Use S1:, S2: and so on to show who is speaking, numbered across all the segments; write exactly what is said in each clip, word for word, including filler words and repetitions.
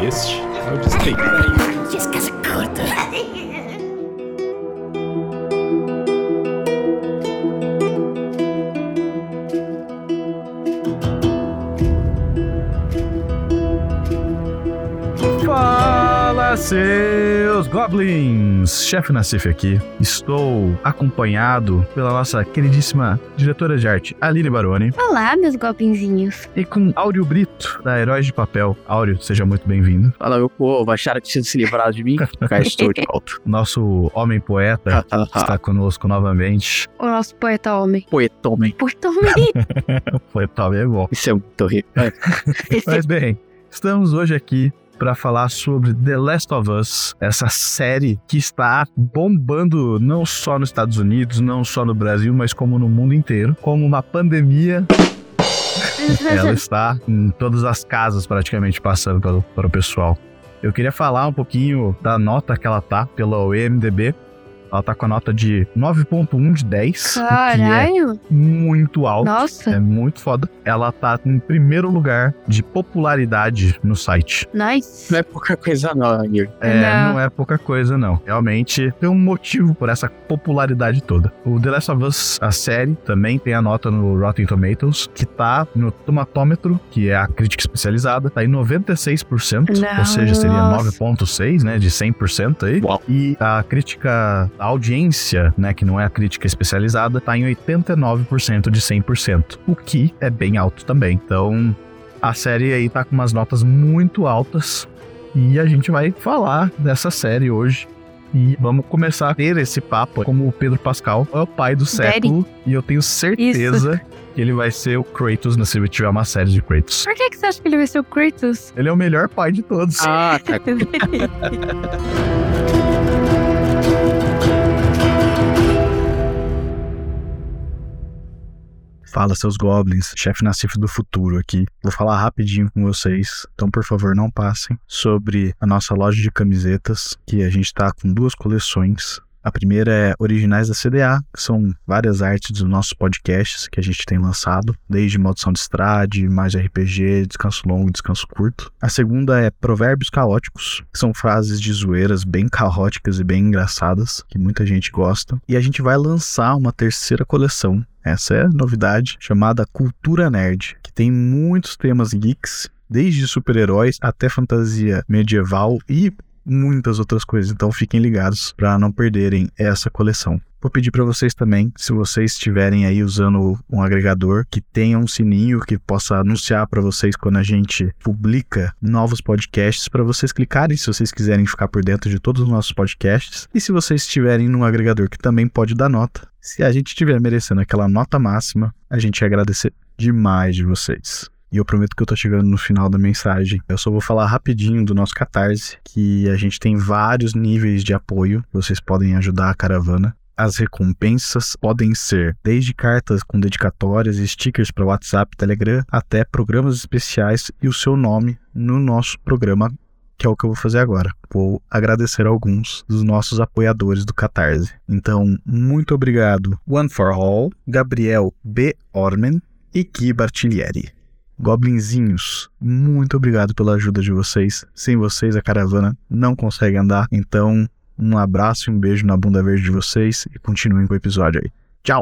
S1: este é o Despeito.
S2: Descansa curta.
S3: Fala, seus goblins! Chefe Nassif aqui. Estou acompanhado pela nossa queridíssima diretora de arte, Aline Baroni.
S4: Olá, meus goblinzinhos.
S3: E com Áureo Brito, da Heróis de Papel. Áureo, seja muito bem-vindo.
S1: Fala, meu povo, acharam que tinha se livrado de mim? Cá estou de volta.
S3: Nosso homem poeta está conosco novamente.
S4: O nosso poeta homem.
S1: Poeta homem.
S4: Poeta homem.
S3: O poeta homem é bom.
S1: Isso é muito rico. É.
S3: Mas bem, estamos hoje aqui para falar sobre The Last of Us, essa série que está bombando não só nos Estados Unidos, não só no Brasil, mas como no mundo inteiro, como uma pandemia. Ela está em todas as casas praticamente passando para o, para o pessoal. Eu queria falar um pouquinho da nota que ela tá pelo I M D B. Ela tá com a nota de nove ponto um de dez.
S4: Caralho!
S3: Que é muito alto.
S4: Nossa!
S3: É muito foda. Ela tá em primeiro lugar de popularidade no site.
S4: Nice!
S1: Não é pouca coisa não, Yuri.
S3: É,
S4: Não.
S3: não é pouca coisa não. Realmente tem um motivo por essa popularidade toda. O The Last of Us, a série, também tem a nota no Rotten Tomatoes, que tá no tomatômetro, que é a crítica especializada, tá em noventa e seis por cento.
S4: Não,
S3: ou seja, seria
S4: nossa.
S3: nove ponto seis, né, de cem por cento aí.
S1: Uau.
S3: E a crítica, a audiência, né, que não é a crítica especializada, tá em oitenta e nove por cento de cem por cento, o que é bem alto também. Então, a série aí tá com umas notas muito altas e a gente vai falar dessa série hoje. E vamos começar a ter esse papo. Como o Pedro Pascal é o pai do século, e eu tenho certeza
S4: Isso.
S3: que ele vai ser o Kratos se tiver uma série de Kratos.
S4: Por que, que você acha que ele vai ser o Kratos?
S3: Ele é o melhor pai de todos.
S1: Ah, tá.
S3: Fala, seus goblins, chefe Nassif do futuro aqui. Vou falar rapidinho com vocês, então por favor não passem, sobre a nossa loja de camisetas, que a gente tá com duas coleções. A primeira é Originais da C D A, que são várias artes dos nossos podcasts que a gente tem lançado, desde Maldição de Estrade, Mais R P G, Descanso Longo, Descanso Curto. A segunda é Provérbios Caóticos, que são frases de zoeiras bem caóticas e bem engraçadas, que muita gente gosta. E a gente vai lançar uma terceira coleção, essa é a novidade, chamada Cultura Nerd, que tem muitos temas geeks, desde super-heróis até fantasia medieval e muitas outras coisas, então fiquem ligados para não perderem essa coleção. Vou pedir para vocês também, se vocês estiverem aí usando um agregador, que tenha um sininho que possa anunciar para vocês quando a gente publica novos podcasts, para vocês clicarem se vocês quiserem ficar por dentro de todos os nossos podcasts. E se vocês estiverem num agregador que também pode dar nota, se a gente estiver merecendo aquela nota máxima, a gente ia agradecer demais de vocês. E eu prometo que eu tô chegando no final da mensagem. Eu só vou falar rapidinho do nosso Catarse, que a gente tem vários níveis de apoio. Vocês podem ajudar a caravana. As recompensas podem ser desde cartas com dedicatórias e stickers para WhatsApp, Telegram, até programas especiais e o seu nome no nosso programa, que é o que eu vou fazer agora. Vou agradecer a alguns dos nossos apoiadores do Catarse. Então, muito obrigado, One for All, Gabriel B. Ormen e Ki Bartilieri. Goblinzinhos, muito obrigado pela ajuda de vocês. Sem vocês a caravana não consegue andar. Então, um abraço e um beijo na bunda verde de vocês e continuem com o episódio aí. Tchau!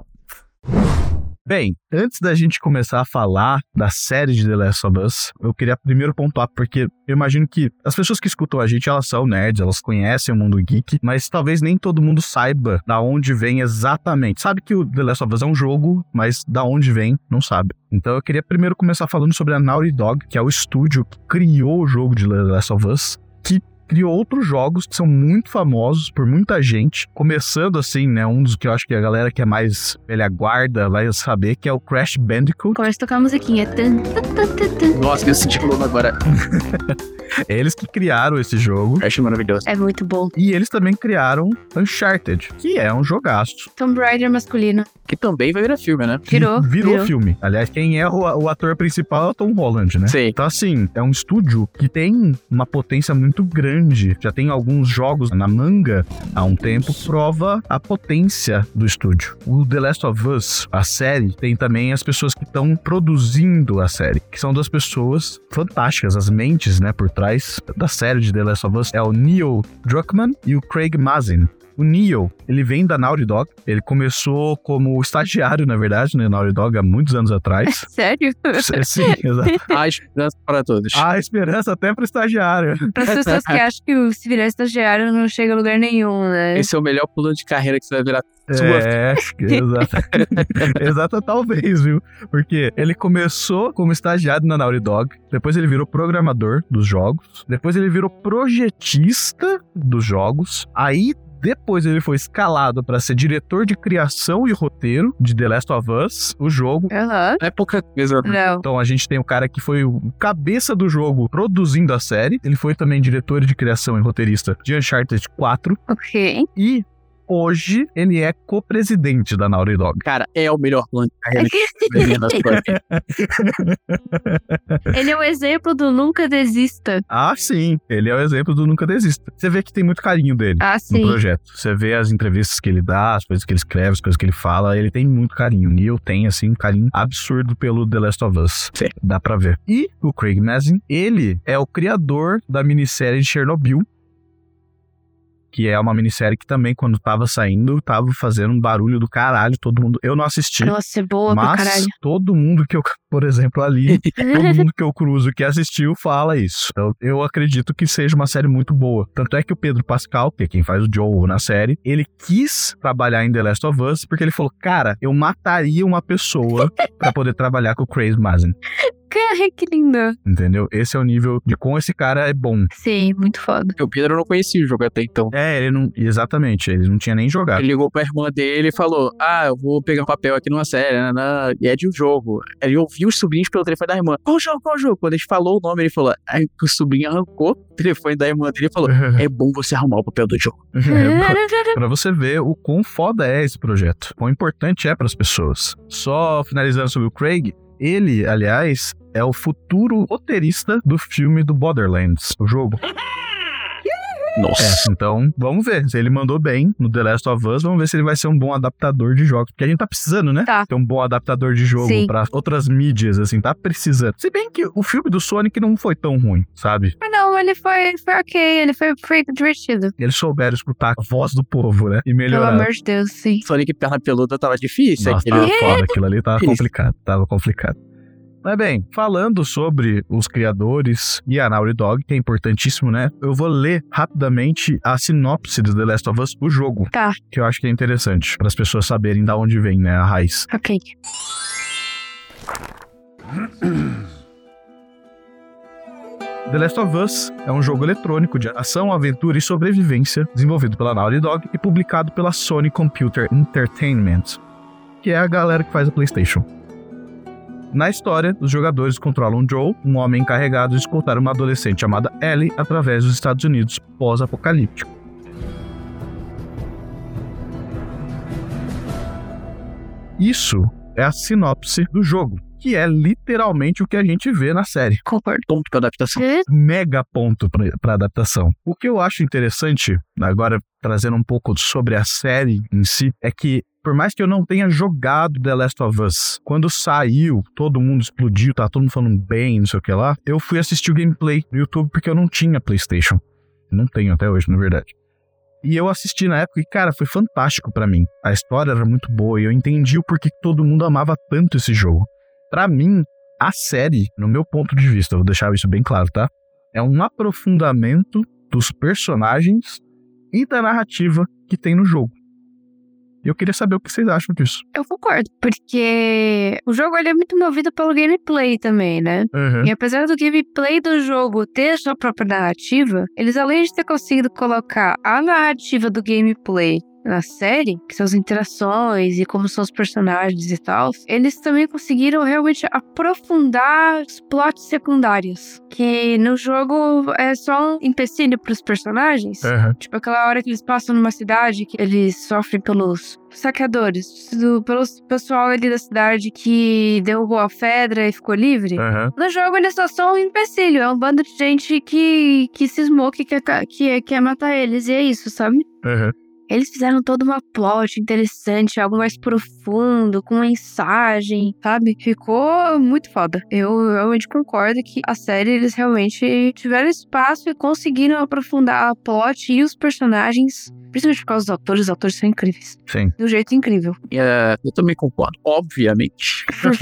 S3: Bem, antes da gente começar a falar da série de The Last of Us, eu queria primeiro pontuar, porque eu imagino que as pessoas que escutam a gente, elas são nerds, elas conhecem o mundo geek, mas talvez nem todo mundo saiba da onde vem exatamente. Sabe que o The Last of Us é um jogo, mas da onde vem, não sabe. Então eu queria primeiro começar falando sobre a Naughty Dog, que é o estúdio que criou o jogo de The Last of Us, que criou outros jogos que são muito famosos por muita gente, começando assim, né, um dos que eu acho que a galera que é mais velha guarda vai saber, que é o Crash Bandicoot.
S4: Começa a tocar a musiquinha. Tum, tum, tum, tum, tum.
S1: Nossa, me senti louco agora.
S3: Eles que criaram esse jogo.
S1: Acho maravilhoso.
S4: É muito bom.
S3: E eles também criaram Uncharted, que é um jogaço.
S4: Tomb Raider masculino.
S1: Que também vai virar filme, né?
S3: Que
S4: Virou.
S3: Virou,
S4: virou.
S3: filme. Aliás, quem é o, o ator principal é o Tom Holland, né?
S1: Sim.
S3: Então, assim, é um estúdio que tem uma potência muito grande. Já tem alguns jogos na manga há um tempo, prova a potência do estúdio. O The Last of Us, a série, tem também as pessoas que estão produzindo a série, que são duas pessoas fantásticas, as mentes, né, por trás da série de The Last of Us é o Neil Druckmann e o Craig Mazin. O Neil, ele vem da Naughty Dog. Ele começou como estagiário, na verdade, né? Naughty Dog há muitos anos atrás.
S4: Sério?
S3: Sim, exato.
S1: Há esperança para todos.
S3: Há esperança até para estagiário.
S4: Para as pessoas que acham que se virar estagiário não chega a lugar nenhum, né?
S1: Esse é o melhor plano de carreira que você vai virar. Sua.
S3: É, exato. Exato, talvez, viu? Porque ele começou como estagiário na Naughty Dog, depois ele virou programador dos jogos, depois ele virou projetista dos jogos, aí depois ele foi escalado para ser diretor de criação e roteiro de The Last of Us, o jogo.
S4: Aham.
S1: Não é pouca coisa.
S4: Não.
S3: Então a gente tem o cara que foi o cabeça do jogo produzindo a série. Ele foi também diretor de criação e roteirista de Uncharted quatro.
S4: Ok.
S3: E hoje ele é co-presidente da Naughty Dog.
S1: Cara, é o melhor plano de carreira que você vai ver na sua vida.
S4: Ele é o exemplo do nunca desista.
S3: Ah, sim. Ele é o exemplo do nunca desista. Você vê que tem muito carinho dele
S4: Ah,
S3: no
S4: sim.
S3: projeto. Você vê as entrevistas que ele dá, as coisas que ele escreve, as coisas que ele fala. Ele tem muito carinho. O Neil tem, assim, um carinho absurdo pelo The Last of Us.
S1: Sim.
S3: Dá pra ver. E o Craig Mazin, ele é o criador da minissérie de Chernobyl, que é uma minissérie que também, quando tava saindo, tava fazendo um barulho do caralho. Todo mundo... Eu não assisti.
S4: Nossa, é boa pra
S3: Mas
S4: caralho.
S3: todo mundo que eu, por exemplo, ali, todo mundo que eu cruzo que assistiu fala isso. Então, eu acredito que seja uma série muito boa. Tanto é que o Pedro Pascal, que é quem faz o Joel na série, ele quis trabalhar em The Last of Us porque ele falou, cara, eu mataria uma pessoa pra poder trabalhar com o Craig Mazin.
S4: Cara, que lindo.
S3: Entendeu? Esse é o nível de como esse cara é bom.
S4: Sim, muito foda.
S1: Porque o Pedro não conhecia o jogo até então.
S3: É, ele não... Exatamente, ele não tinha nem jogado.
S1: Ele ligou pra irmã dele e falou, ah, eu vou pegar um papel aqui numa série, né, né, e é de um jogo. Ele ouviu os sobrinhos pelo telefone da irmã. Qual jogo, qual jogo? Quando ele falou o nome, ele falou, aí o sobrinho arrancou o telefone da irmã dele e falou, é bom você arrumar o papel do jogo.
S3: É, pra você ver o quão foda é esse projeto, quão importante é pras pessoas. Só finalizando sobre o Craig, ele, aliás, é o futuro roteirista do filme do Borderlands, o jogo.
S1: Nossa.
S3: É, então, vamos ver. Se ele mandou bem no The Last of Us, vamos ver se ele vai ser um bom adaptador de jogos. Porque a gente tá precisando, né?
S4: Tá.
S3: Ter um bom adaptador de jogo
S4: Sim.
S3: pra outras mídias, assim, tá precisando. Se bem que o filme do Sonic não foi tão ruim, sabe?
S4: Mas não, ele foi, foi ok, ele foi, foi divertido.
S3: Eles souberam escutar a voz do povo, né? E
S4: Pelo
S3: melhorar.
S4: amor de Deus, sim.
S1: Sonic perna peluda tava difícil.
S3: Nossa,
S1: aquele...
S3: tava foda. Aquilo ali tava
S1: Isso.
S3: complicado. Tava complicado. Mas bem, falando sobre os criadores e a Naughty Dog, que é importantíssimo, né? Eu vou ler rapidamente a sinopse do The Last of Us, o jogo.
S4: Tá.
S3: Que eu acho que é interessante, para as pessoas saberem de onde vem, né, a raiz.
S4: Ok.
S3: The Last of Us é um jogo eletrônico de ação, aventura e sobrevivência, desenvolvido pela Naughty Dog e publicado pela Sony Computer Entertainment, que é a galera que faz a PlayStation. Na história, os jogadores controlam Joel, um homem encarregado de escoltar uma adolescente chamada Ellie através dos Estados Unidos pós-apocalíptico. Isso é a sinopse do jogo, que é literalmente o que a gente vê na série.
S4: Concordo.
S1: Ponto pra adaptação.
S3: Mega ponto para adaptação. O que eu acho interessante, agora trazendo um pouco sobre a série em si, é que por mais que eu não tenha jogado The Last of Us, quando saiu, todo mundo explodiu, tá todo mundo falando bem, não sei o que lá, eu fui assistir o gameplay no YouTube porque eu não tinha PlayStation. Não tenho até hoje, na verdade. E eu assisti na época e, cara, foi fantástico pra mim. A história era muito boa e eu entendi o porquê que todo mundo amava tanto esse jogo. Pra mim, a série, no meu ponto de vista, eu vou deixar isso bem claro, tá? É um aprofundamento dos personagens e da narrativa que tem no jogo. E eu queria saber o que vocês acham disso.
S4: Eu concordo, porque o jogo ele é muito movido pelo gameplay também, né?
S3: Uhum.
S4: E apesar do gameplay do jogo ter sua própria narrativa, eles além de ter conseguido colocar a narrativa do gameplay na série, que são as interações e como são os personagens e tal, eles também conseguiram realmente aprofundar os plots secundários, que no jogo é só um empecilho pros personagens.
S3: Uhum.
S4: Tipo aquela hora que eles passam numa cidade que eles sofrem pelos saqueadores, do, pelo pessoal ali da cidade que derrubou a pedra e ficou livre.
S3: Uhum.
S4: No jogo eles só são um empecilho, é um bando de gente que, que cismou que quer, que quer matar eles, e é isso, sabe?
S3: Uhum.
S4: Eles fizeram toda uma plot interessante, algo mais profundo, com mensagem, sabe? Ficou muito foda. Eu realmente concordo que a série, eles realmente tiveram espaço e conseguiram aprofundar a plot e os personagens, principalmente por causa dos atores. Os atores são incríveis.
S3: Sim.
S4: De um jeito incrível.
S1: É, eu também concordo. Obviamente,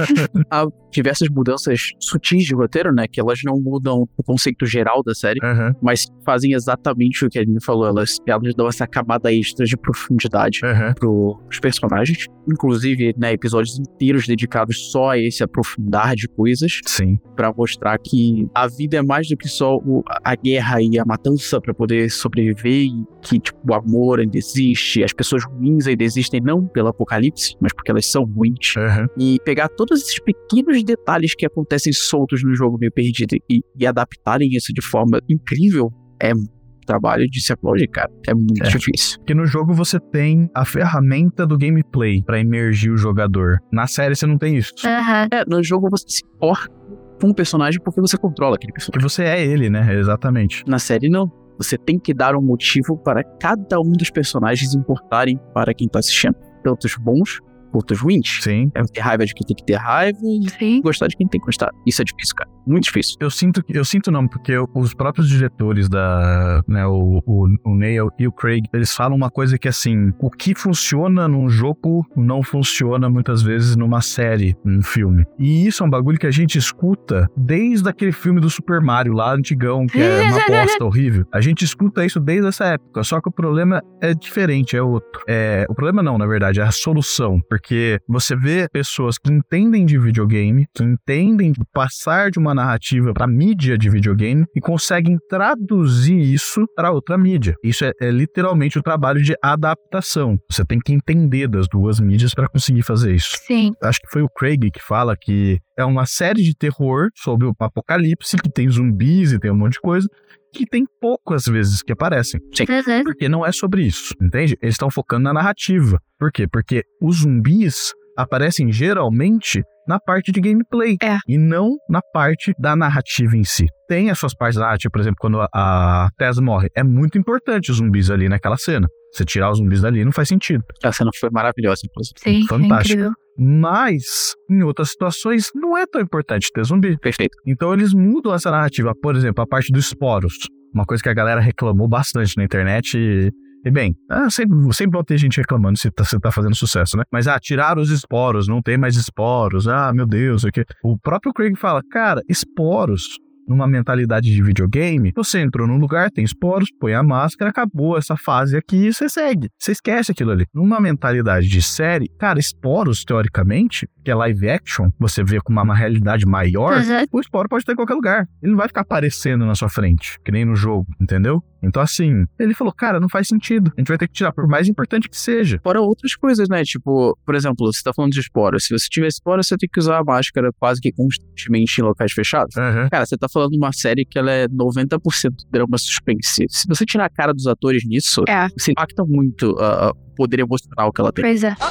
S1: há diversas mudanças sutis de roteiro, né? Que elas não mudam o conceito geral da série,
S3: Uhum.
S1: mas fazem exatamente o que a gente falou. Elas, elas dão essa camada extra de profundidade
S3: Uhum.
S1: pros personagens. Inclusive, né, episódios inteiros dedicados só a esse aprofundar de coisas,
S3: Sim.
S1: pra mostrar que a vida é mais do que só o, a guerra e a matança pra poder sobreviver, e que tipo, o amor ainda existe, as pessoas ruins ainda existem, não pelo apocalipse, mas porque elas são ruins.
S3: Uhum.
S1: E pegar todos esses pequenos detalhes que acontecem soltos no jogo meio perdido e, e adaptarem isso de forma incrível é um trabalho de se aplaudir, cara. É muito
S3: É.
S1: difícil.
S3: Porque no jogo você tem a ferramenta do gameplay pra imergir o jogador. Na série você não tem isso.
S4: Aham.
S1: É, no jogo você se importa com o personagem porque você controla aquele personagem.
S3: Porque você é ele, né? Exatamente.
S1: Na série, não. Você tem que dar um motivo para cada um dos personagens importarem para quem tá assistindo. Tanto os bons quanto os ruins.
S3: Sim.
S1: É ter raiva de quem tem que ter raiva e
S4: Sim.
S1: gostar de quem tem que gostar. Isso é difícil, cara. Muito difícil.
S3: Eu sinto, eu sinto não, porque os próprios diretores da, né, o, o, o Neil e o Craig, eles falam uma coisa que assim, o que funciona num jogo não funciona muitas vezes numa série, num filme. E isso é um bagulho que a gente escuta desde aquele filme do Super Mario lá, antigão, que é uma bosta horrível. A gente escuta isso desde essa época, só que o problema é diferente, é outro. É, o problema não, na verdade, é a solução, porque você vê pessoas que entendem de videogame, que entendem passar de uma narrativa para mídia de videogame e conseguem traduzir isso para outra mídia. Isso é, é literalmente o trabalho de adaptação. Você tem que entender das duas mídias para conseguir fazer isso.
S4: Sim.
S3: Acho que foi o Craig que fala que é uma série de terror sobre o apocalipse, que tem zumbis e tem um monte de coisa, que tem poucas vezes que aparecem.
S4: Uhum.
S3: Porque não é sobre isso, entende? Eles estão focando na narrativa. Por quê? Porque os zumbis aparecem geralmente na parte de gameplay
S4: É.
S3: e não na parte da narrativa em si. Tem as suas partes da narrativa, por exemplo, quando a- a Tess morre. É muito importante os zumbis ali naquela cena. Você tirar os zumbis dali não faz sentido.
S1: A cena foi maravilhosa, inclusive.
S4: Sim,
S3: Fantástico.
S4: é incrível.
S3: Mas, em outras situações, não é tão importante ter zumbi.
S1: Perfeito.
S3: Então eles mudam essa narrativa. Por exemplo, a parte dos esporos. Uma coisa que a galera reclamou bastante na internet e... E bem, ah, sempre, sempre vão ter gente reclamando se tá, se tá fazendo sucesso, né? Mas, ah, tiraram os esporos, não tem mais esporos. Ah, meu Deus, o que... O próprio Craig fala, cara, esporos... Numa mentalidade de videogame, você entrou num lugar, tem esporos, põe a máscara, acabou essa fase aqui e você segue. Você esquece aquilo ali. Numa mentalidade de série, cara, esporos, teoricamente, que é live action, você vê com uma, uma realidade maior,
S4: Uhum.
S3: o esporo pode estar em qualquer lugar. Ele não vai ficar aparecendo na sua frente, que nem no jogo, entendeu? Então, assim, ele falou, cara, não faz sentido. A gente vai ter que tirar, por mais importante que seja.
S1: Fora outras coisas, né? Tipo, por exemplo, você tá falando de esporos. Se você tiver esporos, você tem que usar a máscara quase que constantemente em locais fechados.
S3: Uhum.
S1: Cara, você tá falando de uma série que ela é noventa por cento drama suspense. Se você tirar a cara dos atores nisso,
S4: É.
S1: você impacta muito ah, ah, o poder emocional que ela tem.
S4: Pois é.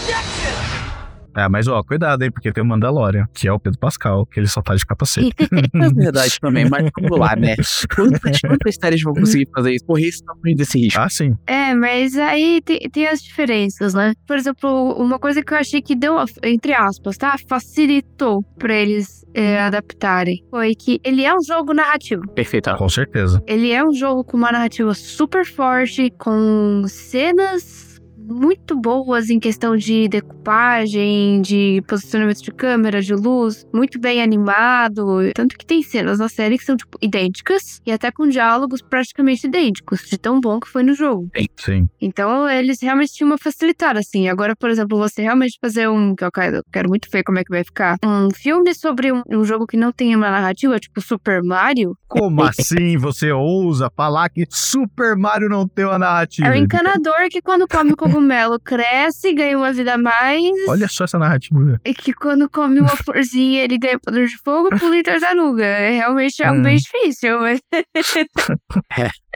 S3: É, mas ó, cuidado, hein, porque tem o Mandalorian, que é o Pedro Pascal, que ele só tá de capacete.
S1: É verdade também, mas vamos lá, né? Quantas, quantas séries vão conseguir fazer isso? Correr esse tamanho desse risco?
S3: Ah, sim.
S4: É, mas aí tem, tem as diferenças, né? Por exemplo, uma coisa que eu achei que deu, entre aspas, tá? Facilitou pra eles é, adaptarem. Foi que ele é um jogo narrativo.
S1: Perfeito.
S3: Com certeza.
S4: Ele é um jogo com uma narrativa super forte, com cenas muito boas em questão de decupagem, de posicionamento de câmera, de luz, muito bem animado. Tanto que tem cenas na série que são, tipo, idênticas e até com diálogos praticamente idênticos, de tão bom que foi no jogo.
S3: Sim.
S4: Então, eles realmente tinham uma facilitada, assim. Agora, por exemplo, você realmente fazer um... Que eu quero, eu quero muito ver como é que vai ficar. Um filme sobre um, um jogo que não tem uma narrativa, tipo Super Mario.
S3: Como assim você ousa falar que Super Mario não tem uma narrativa?
S4: É o encanador que quando come o cogumelo cresce, ganha uma vida a mais.
S3: Olha só essa narrativa.
S4: E que quando come uma florzinha ele ganha poder de fogo, pula em tartaruga. É realmente é um
S3: Hum.
S4: bem difícil, mas...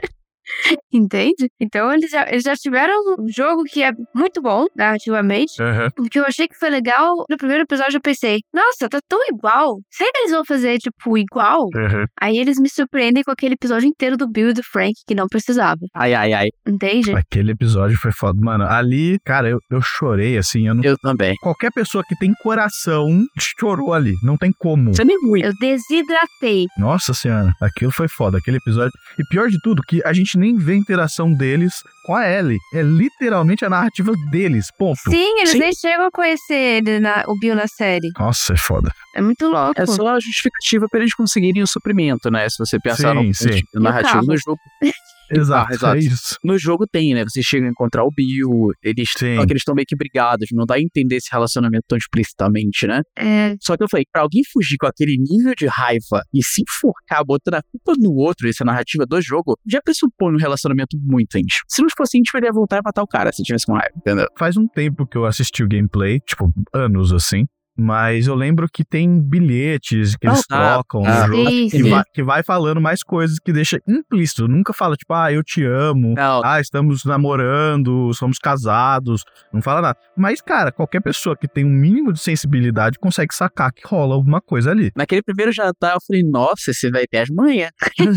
S4: Entende? Então eles já, eles já tiveram um jogo que é muito bom, narrativamente.
S3: Uhum.
S4: O que eu achei que foi legal, no primeiro episódio eu pensei, nossa, tá tão igual. Será que eles vão fazer, tipo, igual?
S3: Uhum.
S4: Aí eles me surpreendem com aquele episódio inteiro do Bill e do Frank, que não precisava.
S1: Ai, ai, ai.
S4: Entende?
S3: Aquele episódio foi foda. Mano, ali, cara, eu, eu chorei, assim, eu não...
S1: Eu também.
S3: Qualquer pessoa que tem coração chorou ali, não tem como.
S1: Você nem ruim.
S4: Eu desidratei.
S3: Nossa senhora, aquilo foi foda, aquele episódio. E pior de tudo, que a gente nem vê a interação deles com a Ellie. É literalmente a narrativa deles, ponto.
S4: Sim, eles
S1: Sim.
S4: nem chegam a conhecer ele na, o Bill na série.
S3: Nossa, é foda.
S4: É muito louco.
S1: É só a justificativa pra eles conseguirem o suprimento, né? Se você pensar
S3: Sim,
S1: no
S3: sim.
S1: ponto
S4: E o
S1: narrativo
S4: carro?
S1: no jogo.
S3: Exato,
S1: Ah, exato.
S3: é isso.
S1: No jogo tem, né? Você chega a encontrar o Bill, eles,
S3: Sim.
S1: só que eles estão meio que brigados, não dá a entender esse relacionamento tão explicitamente, né?
S4: É,
S1: Só que eu falei, pra alguém fugir com aquele nível de raiva e se enforcar botando a culpa no outro, essa narrativa do jogo, já pressupõe um relacionamento muito íntimo. Se não fosse íntimo, ele ia voltar e matar o cara se tivesse com raiva, entendeu?
S3: Faz um tempo que eu assisti o gameplay, tipo, anos assim. Mas eu lembro que tem bilhetes que eles
S1: Ah,
S3: trocam
S1: ah,
S3: no jogo,
S4: sim,
S3: que,
S4: sim.
S3: vai, que vai falando mais coisas que deixa implícito. Nunca fala, tipo, ah, eu te amo,
S1: Não.
S3: ah, estamos namorando, somos casados. Não fala nada. Mas, cara, qualquer pessoa que tem um mínimo de sensibilidade consegue sacar que rola alguma coisa ali.
S1: Naquele primeiro jantar, eu falei, nossa, esse vai ter as manhãs.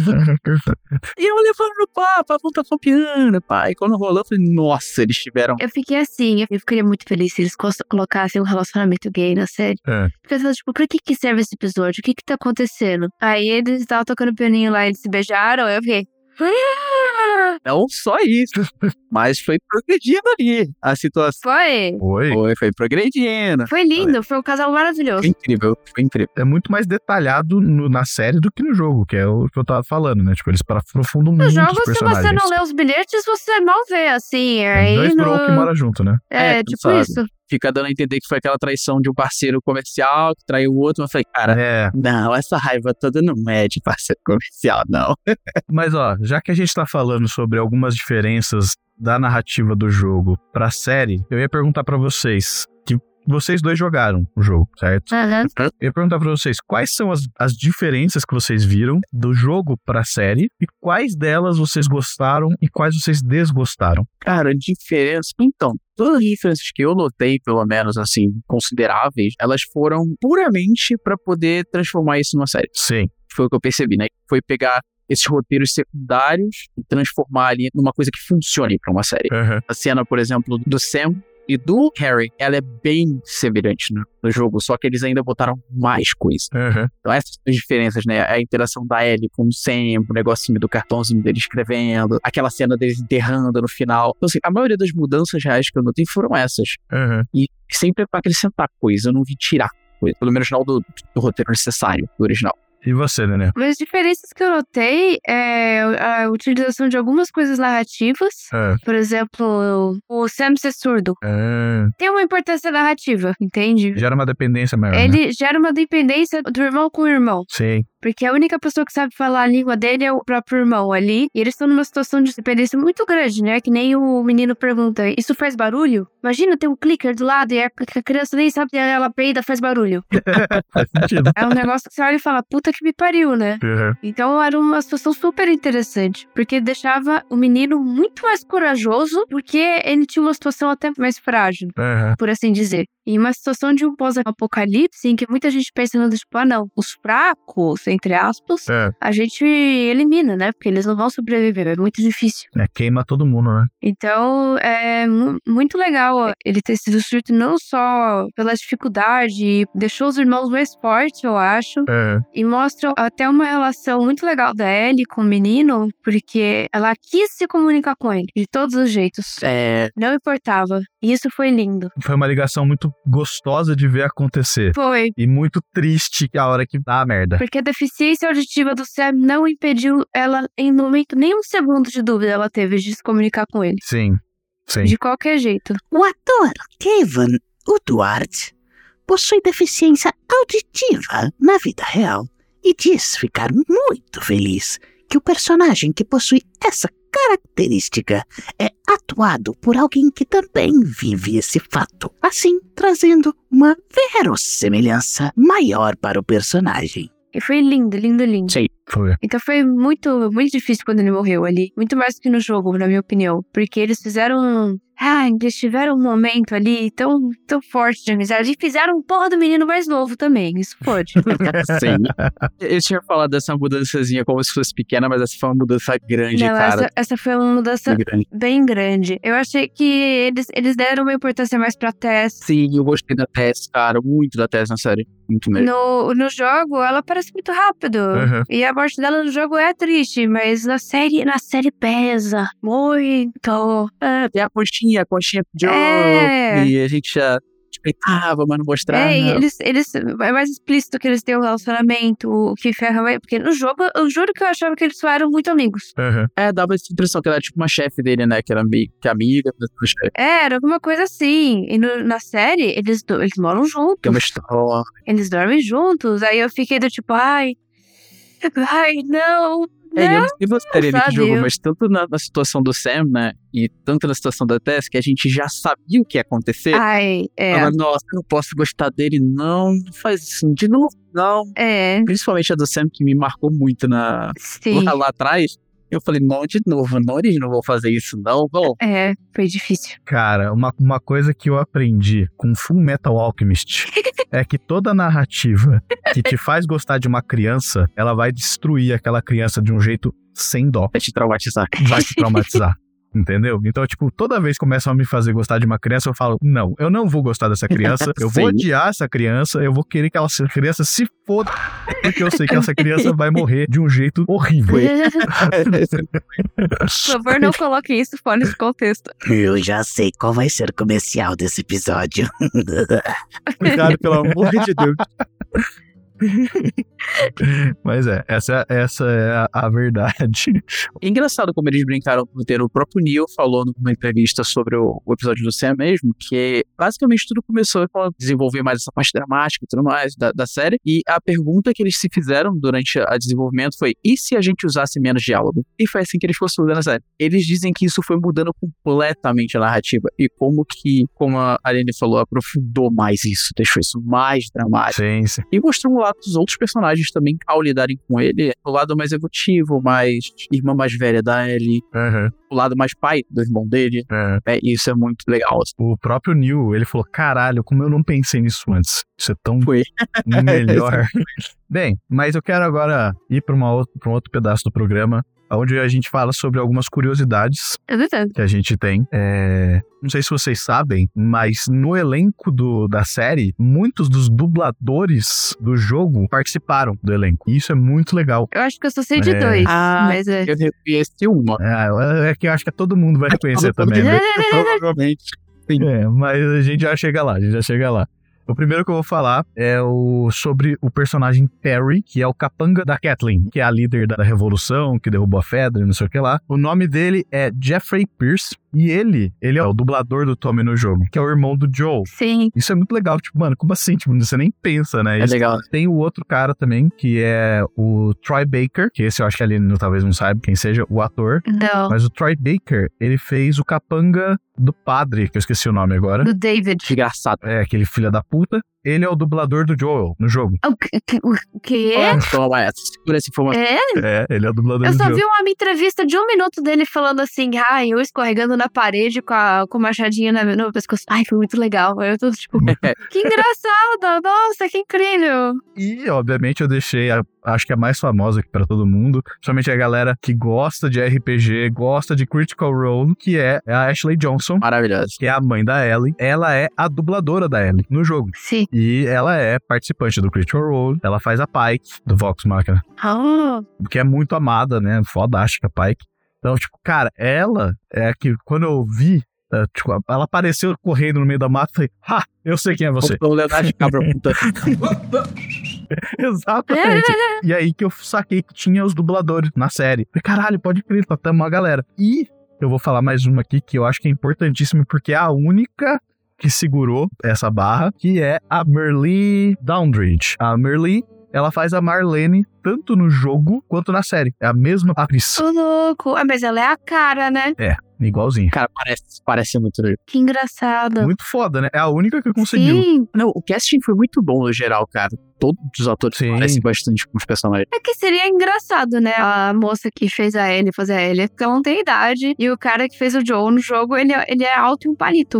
S1: E eu levando no papo, a avó tá copiando, pai. E quando rolou, eu falei, nossa, eles tiveram...
S4: eu fiquei assim, eu ficaria muito feliz se eles cos- colocassem um relacionamento gay na série.
S3: É.
S4: Porque eu falo, tipo, pra que que serve esse episódio? O que que tá acontecendo? Aí eles estavam tocando pianinho lá, eles se beijaram, eu fiquei... "Ah!"
S1: Não só isso, mas foi progredindo ali a situação.
S4: Foi.
S3: Oi.
S1: Foi, foi progredindo.
S4: Foi lindo, foi um casal maravilhoso.
S1: Foi incrível, foi incrível.
S3: É muito mais detalhado no- na série do que no jogo, que é o que eu tava falando, né? Tipo, eles aprofundam muito
S4: No
S3: os
S4: jogo, se
S3: personagens.
S4: você não lê os bilhetes, você mal vê, assim.
S3: É
S4: Aí
S3: dois
S4: no...
S3: bro que moram junto, né?
S4: É,
S1: É,
S4: tipo
S1: sabe.
S4: isso.
S1: Fica dando a entender que foi aquela traição de um parceiro comercial que traiu o outro. Mas eu falei, cara,
S3: É.
S1: não, essa raiva toda não é de parceiro comercial, não.
S3: Mas, ó, já que a gente tá falando sobre algumas diferenças da narrativa do jogo pra série, eu ia perguntar pra vocês, que vocês dois jogaram o jogo, certo?
S4: Aham.
S3: Eu ia perguntar pra vocês, quais são as, as diferenças que vocês viram do jogo pra série e quais delas vocês gostaram e quais vocês desgostaram?
S1: Cara, diferença. Então, todas as diferenças que eu notei, pelo menos, assim, consideráveis, elas foram puramente pra poder transformar isso numa série.
S3: Sim.
S1: Foi o que eu percebi, né? Foi pegar esses roteiros secundários e transformar ali numa coisa que funcione pra uma série.
S3: Uhum.
S1: A cena, por exemplo, do Sam e do Harry, ela é bem semelhante no, no jogo, só que eles ainda botaram mais coisa.
S3: Uhum.
S1: Então essas são as diferenças, né? A interação da Ellie com o Sam, o negocinho do cartãozinho dele escrevendo, aquela cena deles enterrando no final. Então, assim, a maioria das mudanças reais que eu notei foram essas.
S3: Uhum.
S1: E sempre pra acrescentar coisa, eu não vi tirar coisa. Pelo menos não do, do roteiro necessário, do original.
S3: E você, Nenê?
S4: Mas as diferenças que eu notei é a utilização de algumas coisas narrativas.
S3: É.
S4: Por exemplo, o Sam ser surdo.
S3: É.
S4: Tem uma importância narrativa, entende?
S3: Gera uma dependência maior, né?
S4: Ele gera uma dependência do irmão com o irmão.
S3: Sim.
S4: Porque a única pessoa que sabe falar a língua dele é o próprio irmão ali. E eles estão numa situação de dependência muito grande, né? Que nem o menino pergunta, isso faz barulho? Imagina ter um clicker do lado e a a criança nem sabe, ela peida, faz barulho.
S3: Faz sentido.
S4: É um negócio que você olha e fala, puta que me pariu, né?
S3: Uhum.
S4: Então era uma situação super interessante, porque deixava o menino muito mais corajoso, porque ele tinha uma situação até mais frágil,
S3: Uhum.
S4: por assim dizer. E uma situação de um pós-apocalipse em que muita gente pensa, no tipo, ah não, os fracos, entre aspas,
S3: É.
S4: a gente elimina, né? Porque eles não vão sobreviver, é muito difícil.
S3: É, queima todo mundo, né?
S4: Então, é mu- muito legal ele ter sido surto não só pela dificuldade, deixou os irmãos mais fortes, eu acho,
S3: É.
S4: e mostra até uma relação muito legal da Ellie com o menino, porque ela quis se comunicar com ele, de todos os jeitos.
S1: É,
S4: Não importava. E isso foi lindo.
S3: Foi uma ligação muito gostosa de ver acontecer.
S4: Foi.
S3: E muito triste a hora que dá a merda.
S4: Porque a deficiência auditiva do Sam não impediu ela, em momento, nem um segundo de dúvida ela teve de se comunicar com ele.
S3: Sim. Sim.
S4: De qualquer jeito.
S2: O ator Kevin Woodward possui deficiência auditiva na vida real e diz ficar muito feliz que o personagem que possui essa característica é atuado por alguém que também vive esse fato, assim trazendo uma verossimilhança maior para o personagem.
S4: E foi lindo, lindo, lindo.
S1: sim.
S3: Foi.
S4: Então foi muito, muito difícil quando ele morreu ali. Muito mais do que no jogo, na minha opinião. Porque eles fizeram... Ah, eles tiveram um momento ali tão, tão forte de amizade. E fizeram um porra do menino mais novo também. Isso pode.
S1: Sim. Eu tinha falado dessa mudançazinha como se fosse pequena, mas essa foi uma mudança grande,
S4: Não,
S1: cara.
S4: essa, essa foi uma mudança
S1: Bem grande.
S4: bem grande. Eu achei que eles, eles deram uma importância mais pra Tess.
S1: Sim, eu gostei da Tess, cara. Muito da Tess na série. Muito mesmo.
S4: No, no jogo, ela aparece muito rápido.
S3: Uhum.
S4: E a morte dela no jogo é triste, mas na série, na série pesa muito.
S1: É, tem a conchinha, a conchinha de
S4: É.
S1: E a gente já respeitava, mas não mostrava.
S4: É, e eles, eles, é mais explícito que eles têm um relacionamento, o que ferra mais. Porque no jogo, eu juro que eu achava que eles só eram muito amigos.
S3: Uhum.
S1: É, dava essa impressão que ela era tipo uma chefe dele, né? Que era meio que amiga.
S4: É, era alguma coisa assim. E no- na série, eles, do- eles moram juntos.
S1: Tem uma história.
S4: Eles dormem juntos. Aí eu fiquei do tipo, ai. Ai, não.
S1: É, e eu
S4: Não.
S1: não sei você ali
S4: Só
S1: que jogo,
S4: Deus.
S1: mas tanto na, na situação do Sam, né? E tanto na situação da Tess, que a gente já sabia o que ia acontecer.
S4: Ai, é.
S1: Ela, nossa, eu não posso gostar dele, não. Não faz isso de novo, não.
S4: É,
S1: Principalmente a do Sam, que me marcou muito na,
S4: sim.
S1: lá, lá atrás. Eu falei, não, de novo, não, eles não vão fazer isso, não. Bom,
S4: É, foi difícil.
S3: Cara, uma, uma coisa que eu aprendi com Full Metal Alchemist é que toda narrativa que te faz gostar de uma criança, ela vai destruir aquela criança de um jeito sem dó.
S1: vai te traumatizar.
S3: Vai te traumatizar. Entendeu? Então, tipo, toda vez que começam a me fazer gostar de uma criança, eu falo, não, eu não vou gostar dessa criança, eu vou
S1: Sim.
S3: odiar essa criança, eu vou querer que ela, essa criança se foda, porque eu sei que essa criança vai morrer de um jeito horrível.
S4: Por favor, não coloquem isso fora desse contexto.
S2: Eu já sei qual vai ser o comercial desse episódio.
S1: Cuidado, pelo amor de Deus.
S3: Mas é, essa, essa é a, a verdade.
S1: É engraçado como eles brincaram com o roteiro. O próprio Neil falou numa entrevista sobre o, o episódio do Sam mesmo, que basicamente tudo começou com desenvolver mais essa parte dramática e tudo mais da, da série. E a pergunta que eles se fizeram durante a desenvolvimento foi: e se a gente usasse menos diálogo? E foi assim que eles construíram a série. Eles dizem que isso foi mudando completamente a narrativa. E como que, como a Aline falou, aprofundou mais isso, deixou isso mais dramático.
S3: Sim, sim.
S1: E mostrou um lado dos outros personagens também ao lidarem com ele. O lado mais emotivo, mais irmã mais velha da Ellie.
S3: Uhum.
S1: O lado mais pai do irmão dele.
S3: É.
S1: É, e isso é muito legal. Assim.
S3: O próprio Neil, ele falou, caralho, como eu não pensei nisso antes. Isso é tão
S1: Foi.
S3: melhor. Bem, mas eu quero agora ir para um outro pedaço do programa, onde a gente fala sobre algumas curiosidades
S4: É verdade.
S3: que a gente tem. É, não sei se vocês sabem, mas no elenco do, da série, muitos dos dubladores do jogo participaram do elenco. E isso é muito legal.
S4: Eu acho que eu só sei de
S3: É.
S4: dois.
S1: Ah,
S4: Mas é.
S1: eu reconheci uma.
S3: É, é que eu acho que todo mundo vai reconhecer também, né?
S1: Provavelmente.
S3: É, mas a gente já chega lá, a gente já chega lá. O primeiro que eu vou falar é o, sobre o personagem Perry, que é o capanga da Kathleen, que é a líder da revolução, que derrubou a Fedra e não sei o que lá. O nome dele é Jeffrey Pierce, e ele, ele é o dublador do Tommy no jogo, que é o irmão do Joel.
S4: Sim.
S3: Isso é muito legal, tipo, mano, como assim? Tipo, você nem pensa, né?
S1: É
S3: Isso.
S1: legal.
S3: Tem o outro cara também, que é o Troy Baker, que esse eu acho que ele não- talvez não saiba quem seja, o ator.
S4: Não.
S3: Mas o Troy Baker, ele fez o capanga do padre, que eu esqueci o nome agora.
S4: Do David.
S1: Desgraçado.
S3: É, aquele filho da puta. Ele é o dublador do Joel no jogo.
S4: O que- o quê?
S1: Toma essa. Segura essa informação.
S4: É?
S3: É, ele é o dublador
S4: Eu
S3: do
S4: só
S3: Joel.
S4: vi uma entrevista de um minuto dele falando assim, ai, eu escorregando na parede com a, com a machadinha na- no pescoço. Ai, foi muito legal. Eu tô tipo, que engraçado, nossa, que incrível.
S3: E, obviamente, eu deixei, a, acho que a mais famosa aqui pra todo mundo, principalmente a galera que gosta de R P G, gosta de Critical Role, que é a Ashley Johnson,
S1: Maravilhoso.
S3: que é a mãe da Ellie. Ela é a dubladora da Ellie no jogo.
S4: Sim.
S3: E ela é participante do Critical Role. Ela faz a Pike, do Vox Machina,
S4: Ah,
S3: que é muito amada, né? Fodástica, Pike. Então, tipo, cara, ela é a que, quando eu vi, é, tipo, ela apareceu correndo no meio da mata e falei, ha, eu sei quem é você.
S1: O Leonardo DiCaprio puta.
S3: Exatamente. E aí que eu saquei que tinha os dubladores na série. Falei, caralho, pode crer, tá tamo uma galera. E eu vou falar mais uma aqui que eu acho que é importantíssima, porque é a única que segurou essa barra, que é a Merle Doundridge. A Merle, ela faz a Marlene tanto no jogo quanto na série. É a mesma atriz.
S4: ô louco. Ah, mas ela é a cara, né?
S3: É, igualzinho.
S1: Cara, parece, parece muito legal.
S4: Que engraçado.
S3: Muito foda, né? É a única que conseguiu.
S4: Sim.
S1: Não, o casting foi muito bom no geral, cara. todos os atores
S3: Sim.
S1: parecem bastante com os personagens.
S4: É que seria engraçado, né? A moça que fez a Ellie fazer a Ellie, porque ela não tem idade. E o cara que fez o Joe no jogo, ele, é- ele é alto e um palito.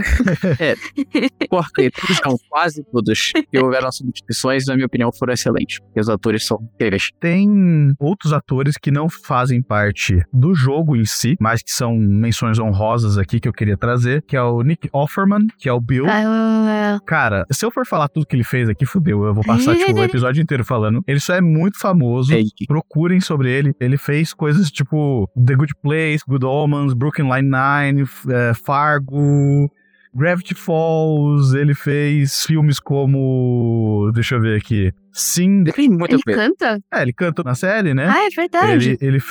S1: Porque todos não, quase todos que houveram substituições, na minha opinião, foram excelentes. Porque os atores são incríveis.
S3: Tem outros atores que não fazem parte do jogo em si, mas que são menções honrosas aqui que eu queria trazer, que é o Nick Offerman, que é o Bill.
S4: Ah,
S3: Cara, se eu for falar tudo que ele fez aqui, fudeu. Eu vou passar, tipo, o episódio inteiro falando. Ele só é muito famoso.
S1: É.
S3: Procurem sobre ele. Ele fez coisas tipo The Good Place, Good Omens, Brooklyn Nine-Nine, é, Fargo, Gravity Falls. Ele fez filmes como... Deixa eu ver aqui. Sim.
S1: Ele fez muita
S4: ele
S1: coisa.
S4: canta?
S3: É, ele canta na série, né?
S4: Ah, é verdade.
S3: Ele, ele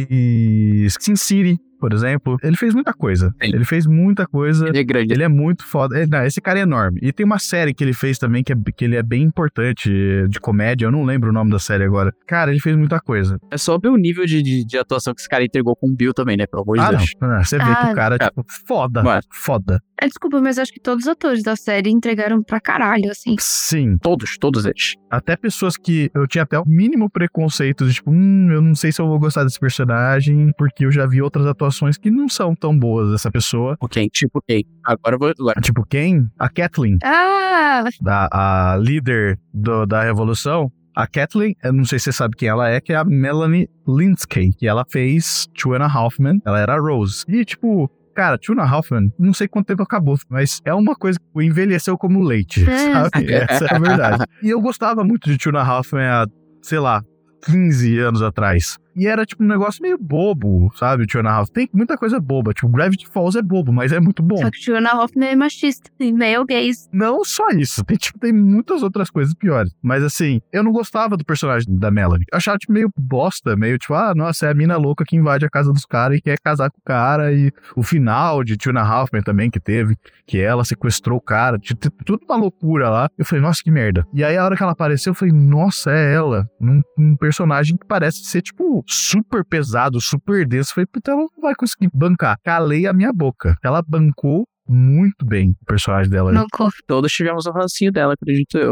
S3: fez Sin City, por exemplo. Ele fez muita coisa.
S1: Sim.
S3: Ele fez muita coisa.
S1: Ele é grande.
S3: Ele é muito foda. Ele- não, esse cara é enorme. E tem uma série que ele fez também que, é, que ele é bem importante, de comédia. Eu não lembro o nome da série agora. Cara, ele fez muita coisa.
S1: É só ver o nível de, de, de atuação que esse cara entregou com o Bill também, né? Pelo amor de
S3: Ah,
S1: Deus.
S3: não. Não, Você vê
S4: Ah,
S3: que o cara,
S1: é.
S3: tipo, foda.
S1: Ué.
S3: Foda.
S4: É, desculpa, mas acho que todos os atores da série entregaram pra caralho, assim.
S3: Sim.
S1: Todos, todos eles.
S3: Até pessoas que eu tinha até o mínimo preconceito de, tipo, hum, eu não sei se eu vou gostar desse personagem, porque eu já vi outras atuações que não são tão boas dessa pessoa.
S1: Ok, tipo, ok. Agora eu vou. Agora.
S3: Tipo, quem? A Kathleen.
S4: Ah,
S3: da, a líder do- da Revolução, a Kathleen, eu não sei se você sabe quem ela é, que é a Melanie Linsky, que ela fez Two and a Half Men, ela era a Rose. E, tipo, cara, Two and a Half Men, não sei quanto tempo acabou, mas é uma coisa que envelheceu como leite,
S4: É.
S3: sabe? Essa é a verdade. E eu gostava muito de Two and a Half Men há, sei lá, quinze anos atrás. E era, tipo, um negócio meio bobo, sabe? Two and a Half. Tem muita coisa boba. Tipo, Gravity Falls é bobo, mas é muito bom.
S4: só que o Fiona Hoffman é machista. E meio gays.
S3: Não só isso, tem, tipo, tem muitas outras coisas piores. Mas assim, eu não gostava do personagem da Melanie. Eu achava, tipo, meio bosta, meio tipo, ah, nossa, é a mina louca que invade a casa dos caras e quer casar com o cara. E o final de Two and a Half Men também que teve, que ela sequestrou o cara, tipo, tudo uma loucura lá. Eu falei, nossa, que merda. E aí a hora que ela apareceu, eu falei, nossa, é ela. Um, um personagem que parece ser, tipo, super pesado, super denso. Eu falei, puta, ela não vai conseguir bancar. Calei a minha boca. Ela bancou muito bem o personagem dela.
S4: Não co-
S1: Todos tivemos o rancinho dela, acredito eu.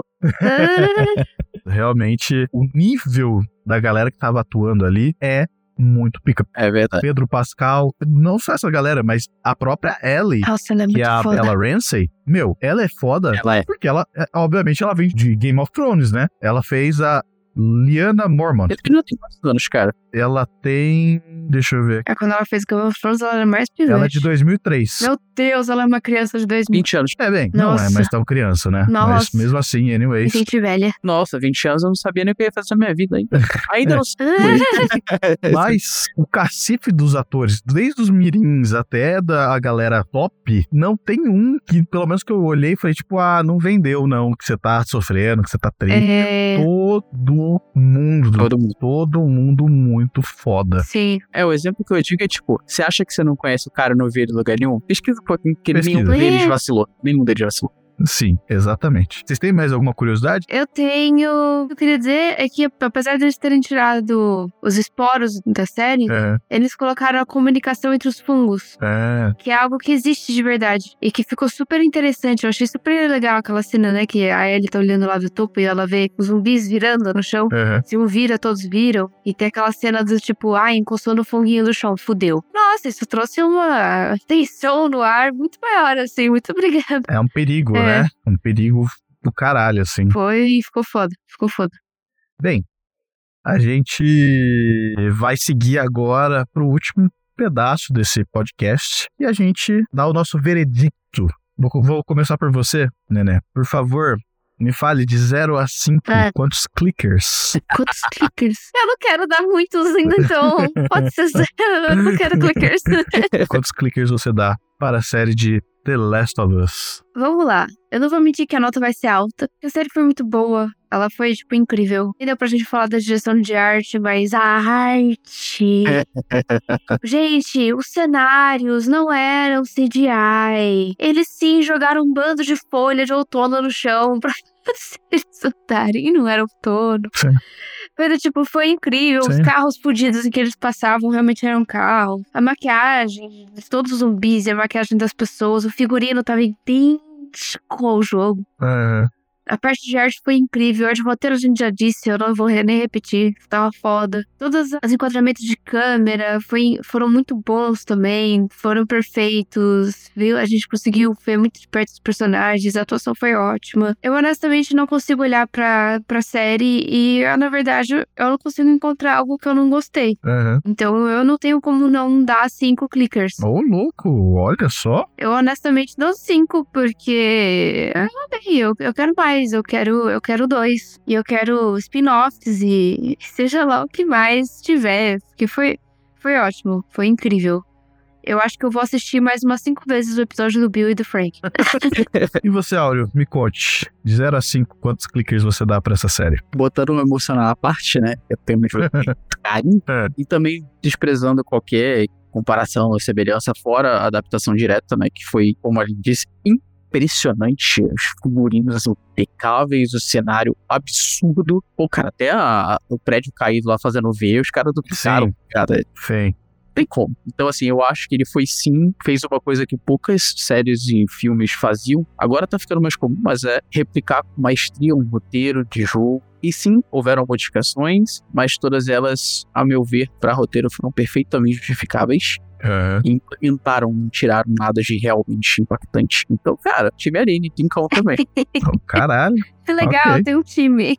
S4: Ah,
S3: Realmente, o nível da galera que tava atuando ali é muito pica.
S1: É verdade.
S3: Pedro Pascal, não só essa galera, mas a própria Ellie,
S4: Nossa, ela é
S3: que
S4: muito
S3: é a
S4: foda.
S3: Bella Ramsey, meu, ela é foda
S1: Ela é.
S3: porque ela, é, obviamente, ela vem de Game of Thrones, né? Ela fez a Lyanna Mormont.
S1: Ele não tem quantos anos, cara?
S3: Ela tem... Deixa eu ver.
S4: É quando ela fez Game of Thrones, ela era mais pivete.
S3: Ela é de dois mil e três.
S4: Meu Deus, ela é uma criança de dois mil.
S1: vinte anos.
S3: É, bem, não é
S4: Nossa.
S3: mais tão criança, né?
S4: Nossa.
S3: Mas mesmo assim, anyways.
S4: Gente velha.
S1: Nossa, vinte anos eu não sabia nem o que eu ia fazer na minha vida ainda. Ainda não sei.
S3: Mas o cacife dos atores, desde os mirins até da a galera top, não tem um que, pelo menos que eu olhei e falei, tipo, ah, não vendeu não, que você tá sofrendo, que você tá triste.
S4: É...
S3: Todo mundo,
S1: Todo mundo.
S3: todo mundo muito foda.
S4: Sim.
S1: É, o exemplo que eu digo é tipo, você acha que você não conhece o cara e não vê ele em lugar nenhum? Pesquisa um pouquinho, porque
S3: Pesquisa.
S1: nenhum deles
S4: É.
S1: vacilou. Nenhum deles vacilou.
S3: Sim, exatamente. Vocês têm mais alguma curiosidade?
S4: Eu tenho... O que eu queria dizer é que, apesar de eles terem tirado os esporos da série,
S3: É,
S4: eles colocaram a comunicação entre os fungos.
S3: é,
S4: Que é algo que existe de verdade. E que ficou super interessante. Eu achei super legal aquela cena, né? Que a Ellie tá olhando lá do topo e ela vê os zumbis virando no chão.
S3: é.
S4: Se um vira, todos viram. E tem aquela cena do tipo, ah, encostou no funguinho do chão, fudeu. Nossa, isso trouxe uma tensão no ar muito maior, assim. Muito obrigada.
S3: É um perigo,
S4: É.
S3: né? Um perigo do caralho, assim.
S4: Foi e ficou foda. Ficou foda.
S3: Bem, a gente vai seguir agora pro último pedaço desse podcast e a gente dá o nosso veredicto. Vou, vou começar por você, Nené. Por favor, me fale de zero a cinco
S4: Ah.
S3: quantos clickers.
S4: Quantos clickers? Eu não quero dar muitos ainda, então. Pode ser zero. Eu não quero clickers.
S3: Quantos clickers você dá para a série de The Last of Us?
S4: Vamos lá. Eu não vou mentir que a nota vai ser alta. A série foi muito boa. Ela foi, tipo, incrível. E deu pra gente falar da direção de arte, mas a arte... Gente, os cenários não eram C G I. Eles sim jogaram um bando de folha de outono no chão pra eles soltarem. E não era outono.
S3: Sim.
S4: Mas, tipo, foi incrível.
S3: Sim.
S4: Os carros fudidos em que eles passavam realmente eram carro. A maquiagem de todos os zumbis e a maquiagem das pessoas. O figurino tava idêntico ao jogo.
S3: É,
S4: A parte de arte foi incrível. A de roteiro a gente já disse, eu não vou nem repetir. Tava foda. Todos os enquadramentos de câmera foi, foram muito bons também. Foram perfeitos. Viu? A gente conseguiu ver muito de perto os personagens. A atuação foi ótima. Eu honestamente não consigo olhar pra, pra série e, na verdade, eu não consigo encontrar algo que eu não gostei.
S3: Uhum.
S4: Então eu não tenho como não dar cinco clickers.
S3: Ô, louco, olha só.
S4: Eu honestamente dou cinco, porque eu, eu quero mais. Eu quero, eu quero dois. E eu quero spin-offs e seja lá o que mais tiver. Porque foi, foi ótimo. Foi incrível. Eu acho que eu vou assistir mais umas cinco vezes o episódio do Bill e do Frank.
S3: E você, Áureo, me conte. De zero a cinco, quantos clickers você dá pra essa série?
S1: Botando um emocional à parte, né? Eu tenho muito carinho.
S3: É.
S1: E também desprezando qualquer comparação ou semelhança fora a adaptação direta, né? Que foi, como a gente disse, impressionante. Os figurinos assim, impecáveis, o cenário absurdo. Pô, cara, até a, o prédio caído lá fazendo V, os caras duplicaram, cara.
S3: Sim.
S1: Tem como. Então, assim, eu acho que ele foi sim, fez uma coisa que poucas séries e filmes faziam. Agora tá ficando mais comum, mas é replicar com maestria um roteiro de jogo. E sim, houveram modificações, mas todas elas, a meu ver, para roteiro foram perfeitamente justificáveis.
S3: Uhum.
S1: E implementaram, não tiraram nada de realmente impactante. Então, cara, time Arene, Tincão também.
S3: Oh, caralho.
S4: Que legal,
S3: Okay.
S4: tem um time.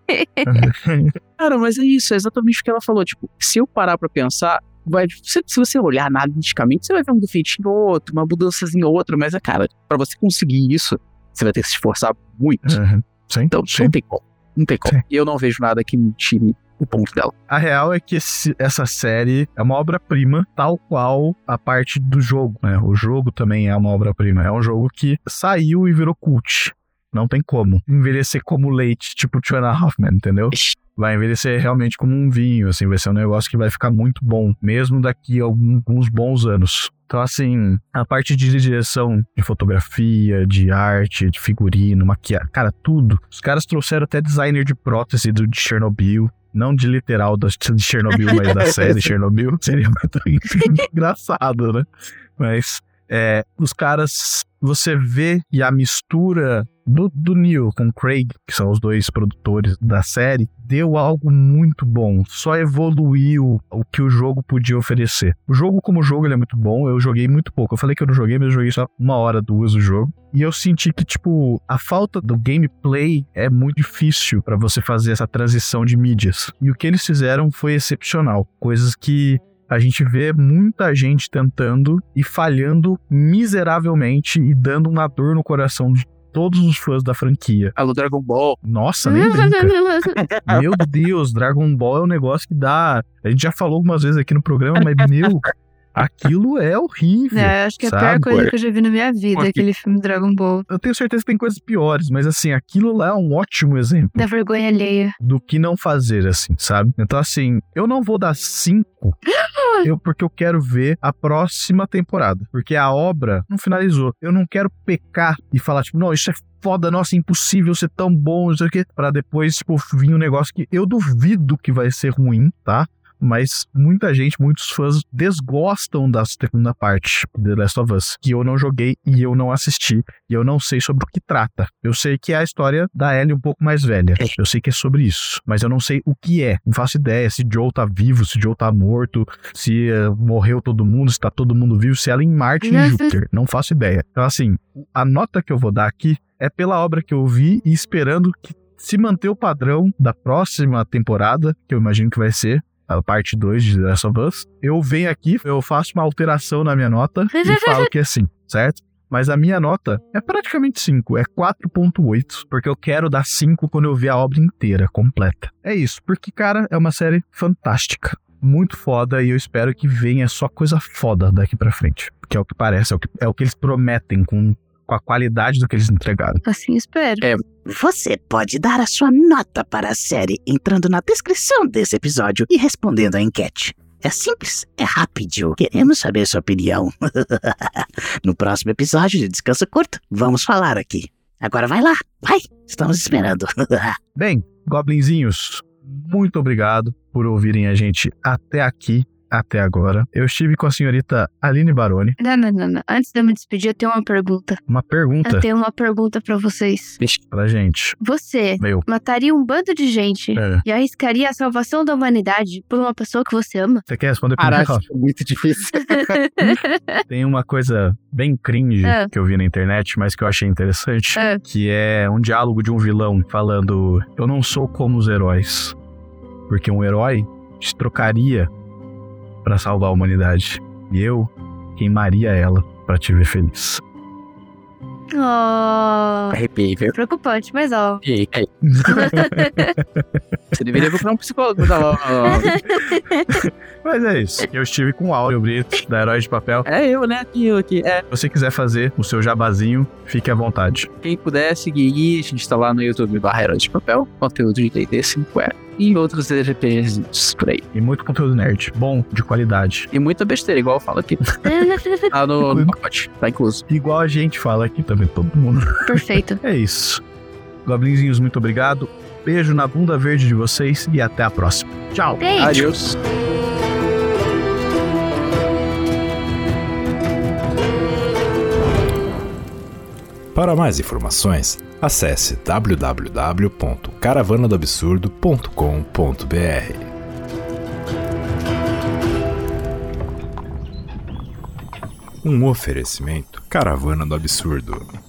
S1: Cara, mas é isso, é exatamente o que ela falou. Tipo, se eu parar pra pensar, vai, se, se você olhar analiticamente, você vai ver um defeitinho ou outro, uma mudançazinha ou outra, mas, é, cara, pra você conseguir isso, você vai ter que se esforçar muito.
S3: Uhum. Sim,
S1: Então,
S3: sim.
S1: não tem como. Não tem como.
S3: Sim.
S1: E eu não vejo nada que me tire o ponto dela.
S3: A real é que esse, essa série é uma obra-prima, tal qual a parte do jogo, né? O jogo também é uma obra-prima. É um jogo que saiu e virou cult. Não tem como envelhecer como leite, tipo Two and a Half Men, entendeu? Vai envelhecer realmente como um vinho, assim, vai ser um negócio que vai ficar muito bom, mesmo daqui a alguns bons anos. Então, assim, a parte de direção, de fotografia, de arte, de figurino, maquiagem, cara, tudo. Os caras trouxeram até designer de prótese do, de Chernobyl. Não de literal da, de Chernobyl, mas da série Chernobyl. Seria muito engraçado, né? Mas é, os caras, você vê e a mistura do, do Neil com o Craig, que são os dois produtores da série, deu algo muito bom. Só evoluiu o que o jogo podia oferecer. O jogo como jogo, ele é muito bom. Eu joguei muito pouco. Eu falei que eu não joguei, mas eu joguei só uma hora, duas o jogo. E eu senti que, tipo, a falta do gameplay é muito difícil pra você fazer essa transição de mídias. E o que eles fizeram foi excepcional. Coisas que a gente vê muita gente tentando e falhando miseravelmente e dando uma dor no coração de todos os fãs da franquia.
S1: Alô, Dragon Ball.
S3: Nossa, nem brinca. Meu Deus, Dragon Ball é um negócio que dá... A gente já falou algumas vezes aqui no programa, mas, meu... Aquilo é horrível.
S4: É, acho que é a
S3: sabe?
S4: pior coisa que eu já vi na minha vida,
S1: Aqui.
S4: aquele filme Dragon Ball.
S3: Eu tenho certeza que tem coisas piores, mas assim, aquilo lá é um ótimo exemplo
S4: Da vergonha alheia.
S3: do que não fazer, assim, sabe? Então, assim, eu não vou dar cinco, eu, porque eu quero ver a próxima temporada. Porque a obra não finalizou. Eu não quero pecar e falar, tipo, não, isso é foda, nossa, é impossível ser tão bom, não sei o quê, pra depois, tipo, vir um negócio que eu duvido que vai ser ruim, tá? Mas muita gente, muitos fãs desgostam da segunda parte de The Last of Us, que eu não joguei e eu não assisti, e eu não sei sobre o que trata. Eu sei que é a história da Ellie um pouco mais velha, eu sei que é sobre isso, mas eu não sei o que é, não faço ideia se Joel tá vivo, se Joel tá morto, se uh, morreu todo mundo, se tá todo mundo vivo, se ela é em Marte e Júpiter, não faço ideia. Então, assim, a nota que eu vou dar aqui é pela obra que eu vi e esperando que se manter o padrão da próxima temporada, que eu imagino que vai ser a parte dois de The Last of Us, eu venho aqui, eu faço uma alteração na minha nota e falo que é sim, certo? Mas a minha nota é praticamente cinco, é quatro ponto oito, porque eu quero dar cinco quando eu ver a obra inteira, completa. É isso, porque, cara, é uma série fantástica, muito foda, e eu espero que venha só coisa foda daqui pra frente, que é o que parece, é o que, é o que eles prometem com, com a qualidade do que eles entregaram.
S4: Assim espero.
S1: É.
S2: Você pode dar a sua nota para a série entrando na descrição desse episódio e respondendo a enquete. É simples, é rápido. Queremos saber sua opinião. No próximo episódio de Descanso Curto, vamos falar aqui. Agora vai lá, vai, estamos esperando.
S3: Bem, goblinzinhos, muito obrigado por ouvirem a gente até aqui. até agora. Eu estive com a senhorita Aline Baroni.
S4: Não, não, não, não. Antes de eu me despedir, eu tenho uma pergunta.
S3: Uma pergunta
S4: Eu tenho uma pergunta pra vocês.
S3: pra gente.
S4: Você
S3: Meu.
S4: mataria um bando de gente
S3: É.
S4: e arriscaria a salvação da humanidade por uma pessoa que você ama?
S3: Você quer responder primeiro?
S1: Caraca, é muito difícil.
S3: Tem uma coisa bem cringe
S4: É.
S3: que eu vi na internet, mas que eu achei interessante,
S4: É.
S3: que é um diálogo de um vilão falando: eu não sou como os heróis, porque um herói te trocaria pra salvar a humanidade, e eu queimaria ela pra te ver feliz.
S4: Oh,
S1: Arrepiei, viu?
S4: preocupante, mas ó.
S1: E aí, aí. Você deveria procurar um psicólogo da logo.
S3: Mas é isso. Eu estive com o Áureo Brito, da Herói de Papel.
S1: É eu, né? Aqui, eu aqui. É.
S3: Se você quiser fazer o seu jabazinho, fique à vontade.
S1: Quem puder seguir, a gente tá lá no YouTube barra Herói de Papel, conteúdo de D e D cinco E e outros R P Gs por aí.
S3: E muito conteúdo nerd, bom, de qualidade.
S1: E muita besteira, igual eu falo aqui. Tá no, no pacote, tá incluso.
S3: Igual a gente fala aqui também, todo mundo.
S4: Perfeito.
S3: É isso. Goblinzinhos, muito obrigado. Beijo na bunda verde de vocês e até a próxima. Tchau.
S4: Beijo.
S1: Adeus.
S5: Para mais informações, acesse w w w ponto caravana do absurdo ponto com ponto b r. Um oferecimento Caravana do Absurdo.